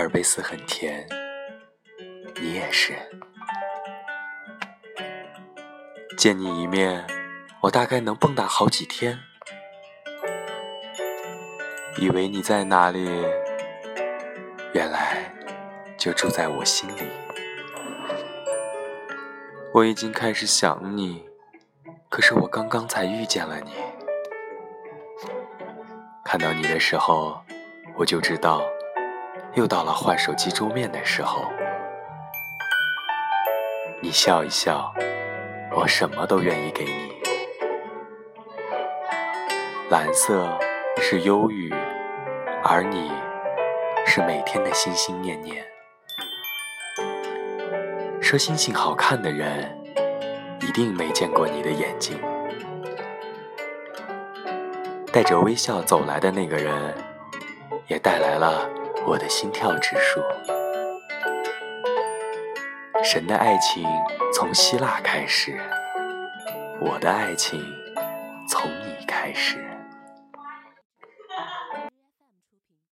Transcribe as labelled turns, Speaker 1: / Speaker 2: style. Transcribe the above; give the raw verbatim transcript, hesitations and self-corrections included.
Speaker 1: 尔卑斯很甜，你也是。见你一面，我大概能蹦跶好几天。以为你在哪里，原来就住在我心里。我已经开始想你，可是我刚刚才遇见了你。看到你的时候，我就知道又到了换手机桌面的时候。你笑一笑，我什么都愿意给你。蓝色是忧郁，而你是每天的心心念念。说星星好看的人，一定没见过你的眼睛。带着微笑走来的那个人，也带来了我的心跳指数。神的爱情从希腊开始，我的爱情从你开始。